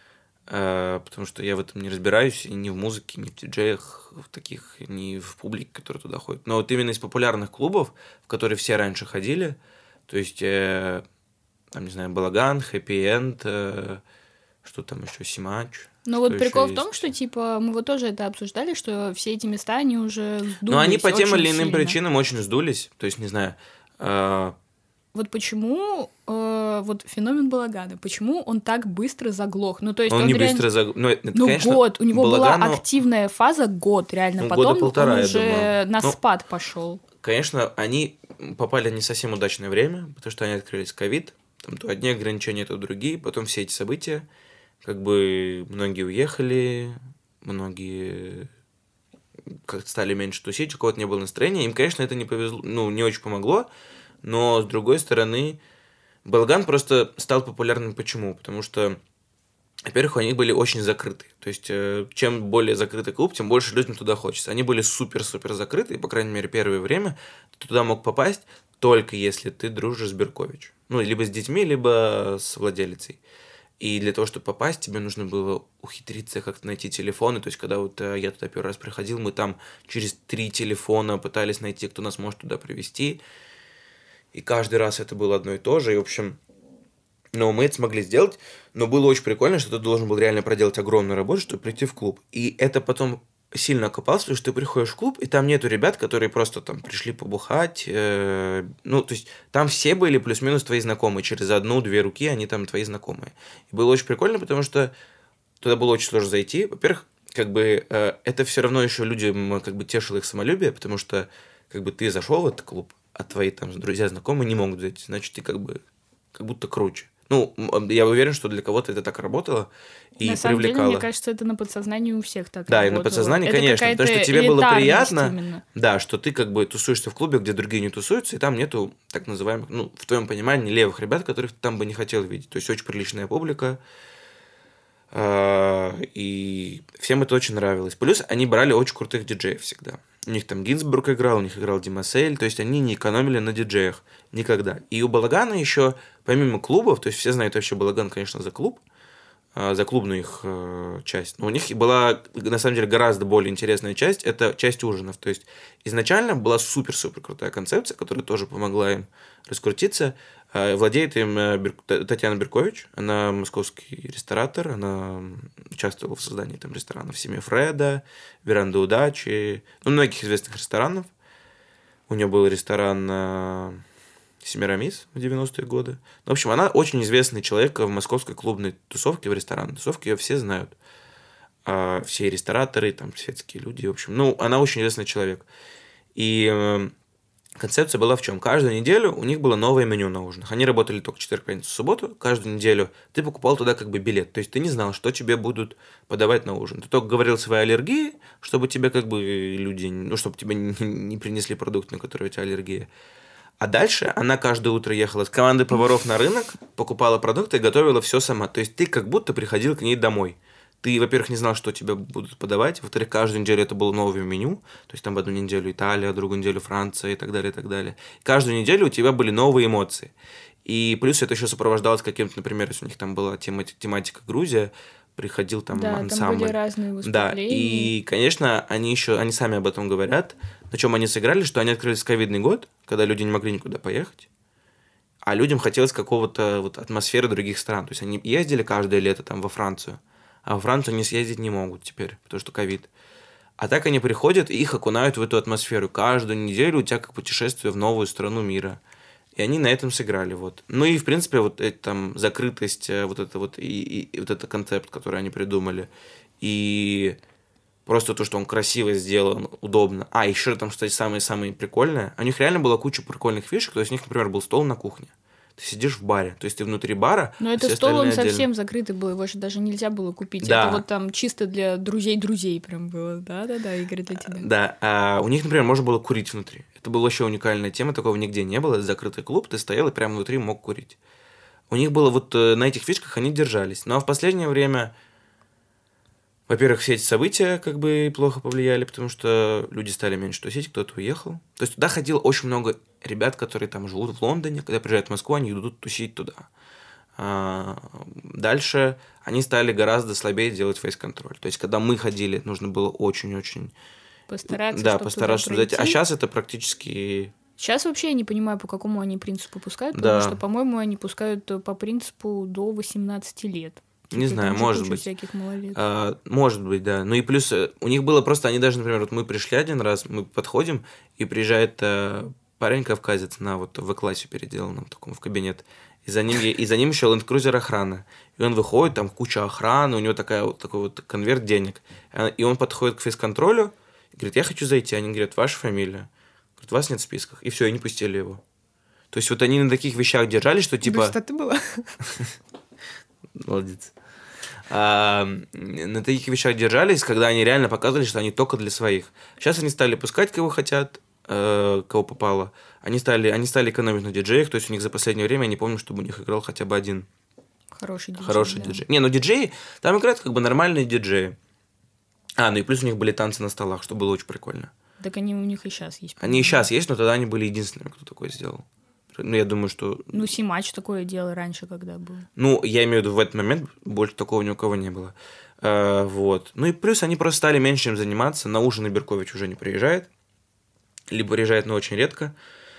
э, потому что я в этом не разбираюсь, и ни в музыке, ни в диджеях, в таких, ни в публике, которая туда ходит. Но вот именно из популярных клубов, в которые все раньше ходили, то есть, э, там, не знаю, Балаган, Хэппи Энд, э, что там еще, Симач. Ну вот прикол в том, что, типа, мы вот тоже это обсуждали, что все эти места, они уже сдулись. Ну, они по тем очень или иным сильно. причинам очень сдулись. То есть, не знаю... Э... Вот почему э, вот феномен Балагана, почему он так быстро заглох? Ну, то есть он, он не реально... быстро заглох. Ну, это, ну конечно, год, у него Балагану... была активная фаза год, реально. Ну, потом года полтора, он я уже думаю. на ну, спад пошел. Конечно, они попали в не совсем удачное время, потому что они открылись ковид, там то одни ограничения, то другие, потом все эти события, как бы многие уехали, многие как стали меньше тусить, у кого-то не было настроения. Им, конечно, это не повезло, ну, не очень помогло, но, с другой стороны, Балаган просто стал популярным почему? Потому что, во-первых, они были очень закрыты. То есть, чем более закрытый клуб, тем больше людям туда хочется. Они были супер-супер закрыты, и, по крайней мере, первое время ты туда мог попасть только если ты дружишь с Беркович. Ну, либо с детьми, либо с владелицей. И для того, чтобы попасть, тебе нужно было ухитриться как-то найти телефоны. То есть, когда вот я туда первый раз приходил, мы там через три телефона пытались найти, кто нас может туда привести. И каждый раз это было одно и то же. И, в общем, ну, мы это смогли сделать. Но было очень прикольно, что ты должен был реально проделать огромную работу, чтобы прийти в клуб. И это потом сильно окупалось, потому что ты приходишь в клуб, и там нету ребят, которые просто там пришли побухать. Э, ну, то есть, там все были плюс-минус твои знакомые. Через одну-две руки они там твои знакомые. И было очень прикольно, потому что туда было очень сложно зайти. Во-первых, как бы э, это все равно еще людям как бы тешило их самолюбие, потому что как бы ты зашел в этот клуб, а твои там друзья, знакомые не могут зайти. Значит, ты как бы как будто круче. Ну, я уверен, что для кого-то это так работало и на самом привлекало. деле, мне кажется, это на подсознании у всех так да, работало. и на подсознании, это конечно, потому что тебе было приятно, именно. да, что ты как бы тусуешься в клубе, где другие не тусуются, и там нету так называемых, ну, в твоем понимании, левых ребят, которых ты там бы не хотел видеть. То есть очень приличная публика, и всем это очень нравилось. Плюс они брали очень крутых диджеев всегда. У них там Гинзбург играл, у них играл Димасель, то есть они не экономили на диджеях никогда. И у Балагана еще, помимо клубов, то есть все знают вообще Балаган, конечно, за клуб, за клубную их часть, но у них была, на самом деле, гораздо более интересная часть, это часть ужинов. То есть изначально была супер-супер крутая концепция, которая тоже помогла им раскрутиться. Владеет им Татьяна Беркович, она московский ресторатор, она участвовала в создании там ресторанов «Семьи Фреда», «Веранда удачи», ну, многих известных ресторанов. У нее был ресторан «Семирамис» в девяностые годы. В общем, она очень известный человек в московской клубной тусовке, в ресторанной тусовке, ее все знают. Все рестораторы, там, светские люди, в общем. Ну, она очень известный человек. И концепция была в чем? Каждую неделю у них было новое меню на ужинах. Они работали только четверг, пятницу, субботу. Каждую неделю ты покупал туда как бы билет. То есть ты не знал, что тебе будут подавать на ужин. Ты только говорил свои аллергии, чтобы тебе как бы люди, ну, чтобы тебе не принесли продукт, на который у тебя аллергия. А дальше она каждое утро ехала с командой поваров на рынок, покупала продукты и готовила все сама. То есть ты как будто приходил к ней домой. Ты, во-первых, не знал, что тебе будут подавать. Во-вторых, каждую неделю это было новое меню. То есть там в одну неделю Италия, в другую неделю Франция и так далее, и так далее. Каждую неделю у тебя были новые эмоции. И плюс это еще сопровождалось каким-то, например, если у них там была тематика Грузия, приходил там да, ансамбль. Там были разные выступления. Да, и, конечно, они еще, они сами об этом говорят. На чем они сыграли, что они открылись в ковидный год, когда люди не могли никуда поехать. А людям хотелось какого-то вот атмосферы других стран. То есть они ездили каждое лето там во Францию. А во Францию они съездить не могут теперь, потому что ковид. А так они приходят и их окунают в эту атмосферу. Каждую неделю у тебя как путешествие в новую страну мира. И они на этом сыграли. Вот. Ну и, в принципе, вот эта там закрытость, вот это вот, и, и вот этот концепт, который они придумали. И просто то, что он красиво сделан, удобно. А, еще там, кстати, самое-самое прикольное. У них реально была куча прикольных фишек. То есть у них, например, был стол на кухне. Ты сидишь в баре, то есть ты внутри бара. Но это стол, он отдельно. Совсем закрытый был, его же даже нельзя было купить. Да. Это вот там чисто для друзей-друзей прям было. Да-да-да, Игорь, для тебя. Да, а у них, например, можно было курить внутри. Это была вообще уникальная тема, такого нигде не было. Это закрытый клуб, ты стоял и прямо внутри мог курить. У них было вот на этих фишках они держались. Ну а в последнее время, во-первых, все эти события как бы плохо повлияли, потому что люди стали меньше тусить, кто-то уехал. То есть туда ходило очень много ребят, которые там живут в Лондоне, когда приезжают в Москву, они идут тусить туда. А, дальше они стали гораздо слабее делать фейс-контроль. То есть, когда мы ходили, нужно было очень-очень... Постараться, да, чтобы постараться туда зайти. А пройти. сейчас это практически... Сейчас вообще я не понимаю, по какому они принципу пускают, Да. потому что, по-моему, они пускают по принципу до восемнадцати лет. Не Типа, знаю, там же может куча быть. всяких малолеток. А, может быть, да. Ну и плюс э, у них было просто, они даже, например, вот мы пришли один раз, мы подходим, и приезжает э, парень кавказец на вот В-классе переделанном таком в кабинет, и за ним, е- и за ним еще Land Cruiser охрана. И он выходит, там куча охраны, у него такая, вот, такой вот конверт денег. А, И он подходит к фейс-контролю и говорит, я хочу зайти. Они говорят, ваша фамилия? Говорит, вас нет в списках. И все, и не пустили его. То есть вот они на таких вещах держались, что типа... Да что ты была? Молодец. А, на таких вещах держались, когда они реально показывали, что они только для своих. Сейчас они стали пускать, кого хотят, э, кого попало. Они стали, они стали экономить на диджеях, то есть у них за последнее время, я не помню, чтобы у них играл хотя бы один Хороший диджей. хороший да. диджей. Не, ну диджеи, там играют как бы нормальные диджеи. А, ну и плюс у них были танцы на столах, что было очень прикольно. Так они у них и сейчас есть. Они и сейчас есть, но тогда они были единственными, кто такое сделал. Ну, я думаю, что... Ну, Симач такое дело раньше, когда был. Ну, я имею в виду, в этот момент больше такого ни у кого не было. Э, вот. Ну и плюс они просто стали меньше им заниматься. На ужины Беркович уже не приезжает. Либо приезжает, но очень редко.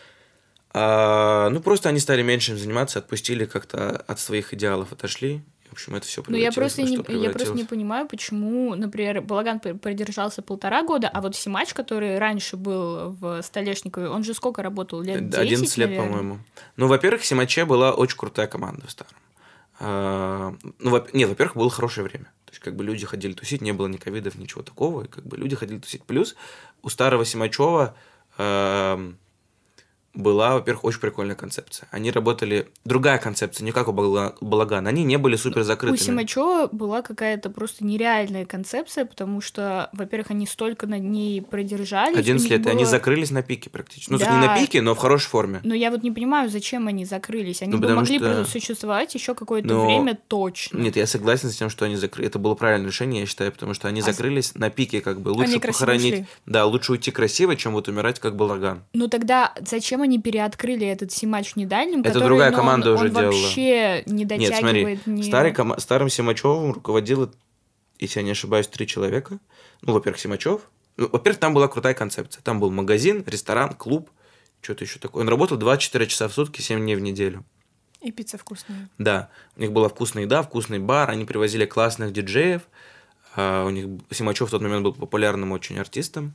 А, ну, просто они стали меньше им заниматься, отпустили как-то от своих идеалов, отошли. В общем, это все Ну, я превратилось просто, во не, что я просто не превратилось. понимаю, почему, например, Балаган пр- продержался полтора года, а вот Симач, который раньше был в Столешникове, он же сколько работал? Лет десять, одиннадцать лет, наверное? по-моему. Ну, во-первых, в Симаче была очень крутая команда в старом. А, ну, во- нет, во-первых, было хорошее время. То есть, как бы люди ходили тусить, не было ни ковидов, ничего такого, и как бы люди ходили тусить. Плюс у старого Симачева эм, была, во-первых, очень прикольная концепция. Они работали... Другая концепция, не как у Бала- Балагана. Они не были супер У закрытыми. Симачева была какая-то просто нереальная концепция, потому что, во-первых, они столько над ней продержались. у одиннадцать них лет, и они было- закрылись на пике практически. Ну, Да. не на пике, но в хорошей форме. Но я вот не понимаю, зачем они закрылись. Они Ну, бы потому могли что- существовать еще какое-то Но- время точно. Нет, я согласен с тем, что они закрылись. Это было правильное решение, я считаю, потому что они А закрылись на пике, как бы. Лучше Они красиво похоронить... ушли. Да, лучше уйти красиво, чем вот умирать как Балаган. Ну тогда зачем они переоткрыли этот Симач в недальнем, Это который, другая ну, команда он, уже он делала. вообще не Нет, смотри, дотягивает ни... старый кома- старым Симачевым руководило, если я не ошибаюсь, три человека. Ну, во-первых, Симачев. Ну, во-первых, там была крутая концепция. Там был магазин, ресторан, клуб, что-то еще такое. Он работал двадцать четыре часа в сутки, семь дней в неделю. И пицца вкусная. Да, у них была вкусная еда, вкусный бар, они привозили классных диджеев. А, у них Симачев в тот момент был популярным очень артистом.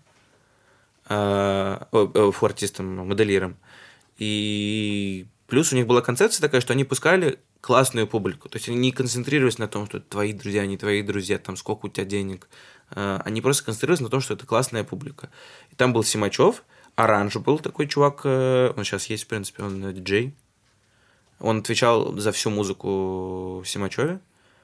А, о, о, фу, артистом, моделиром. И плюс у них была концепция такая, что они пускали классную публику. То есть они не концентрировались на том, что это твои друзья, не твои друзья, там сколько у тебя денег. А, Они просто концентрировались на том, что это классная публика. И там был Симачев, Оранж был такой чувак, э, он сейчас есть, в принципе, он э, диджей. Он отвечал за всю музыку в Симачеве.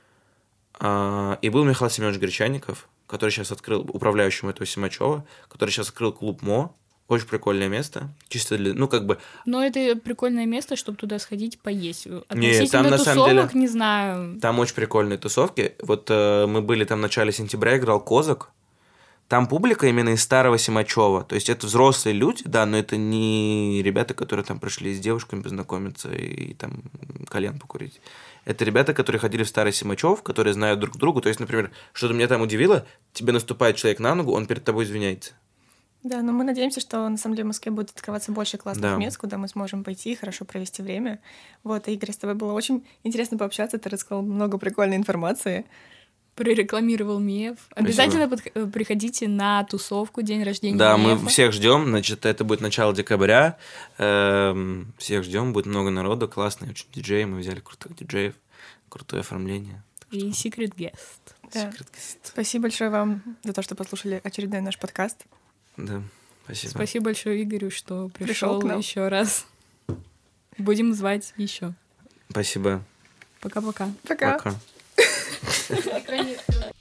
А, И был Михаил Семенович Гречанников, который сейчас открыл, управляющим этого Симачева, который сейчас открыл клуб Мо. Очень прикольное место. Чисто для... Ну, как бы... Но это прикольное место, чтобы туда сходить поесть. Относительно там на самом тусовок, деле- не знаю. Там очень прикольные тусовки. Вот э, мы были там в начале сентября, играл Козак. Там публика именно из старого Симачева. То есть это взрослые люди, да, но это не ребята, которые там пришли с девушками познакомиться и, там кальян покурить. Это ребята, которые ходили в старый Симачев, которые знают друг друга. То есть, например, что-то меня там удивило, тебе наступает человек на ногу, он перед тобой извиняется. Да, но мы надеемся, что на самом деле в Москве будет открываться больше классных Да. мест, куда мы сможем пойти и хорошо провести время. Вот, и, Игорь, с тобой было очень интересно пообщаться, ты рассказал много прикольной информации. Прорекламировал МИЭФ. Обязательно подх- э, приходите на тусовку, день рождения Да, мы МИЭФа. всех ждем. Значит, это будет начало декабря. Эм, Всех ждем, будет много народу, классные очень диджеи. Мы взяли крутых диджеев, крутое оформление. Так И что Secret Guest. Да. Secret Guest. Спасибо большое вам за то, что послушали очередной наш подкаст. Да, спасибо. Спасибо большое Игорю, что Пришёл пришел к нам. еще раз. Будем звать еще. Спасибо. Пока-пока. Пока. Пока. Экране-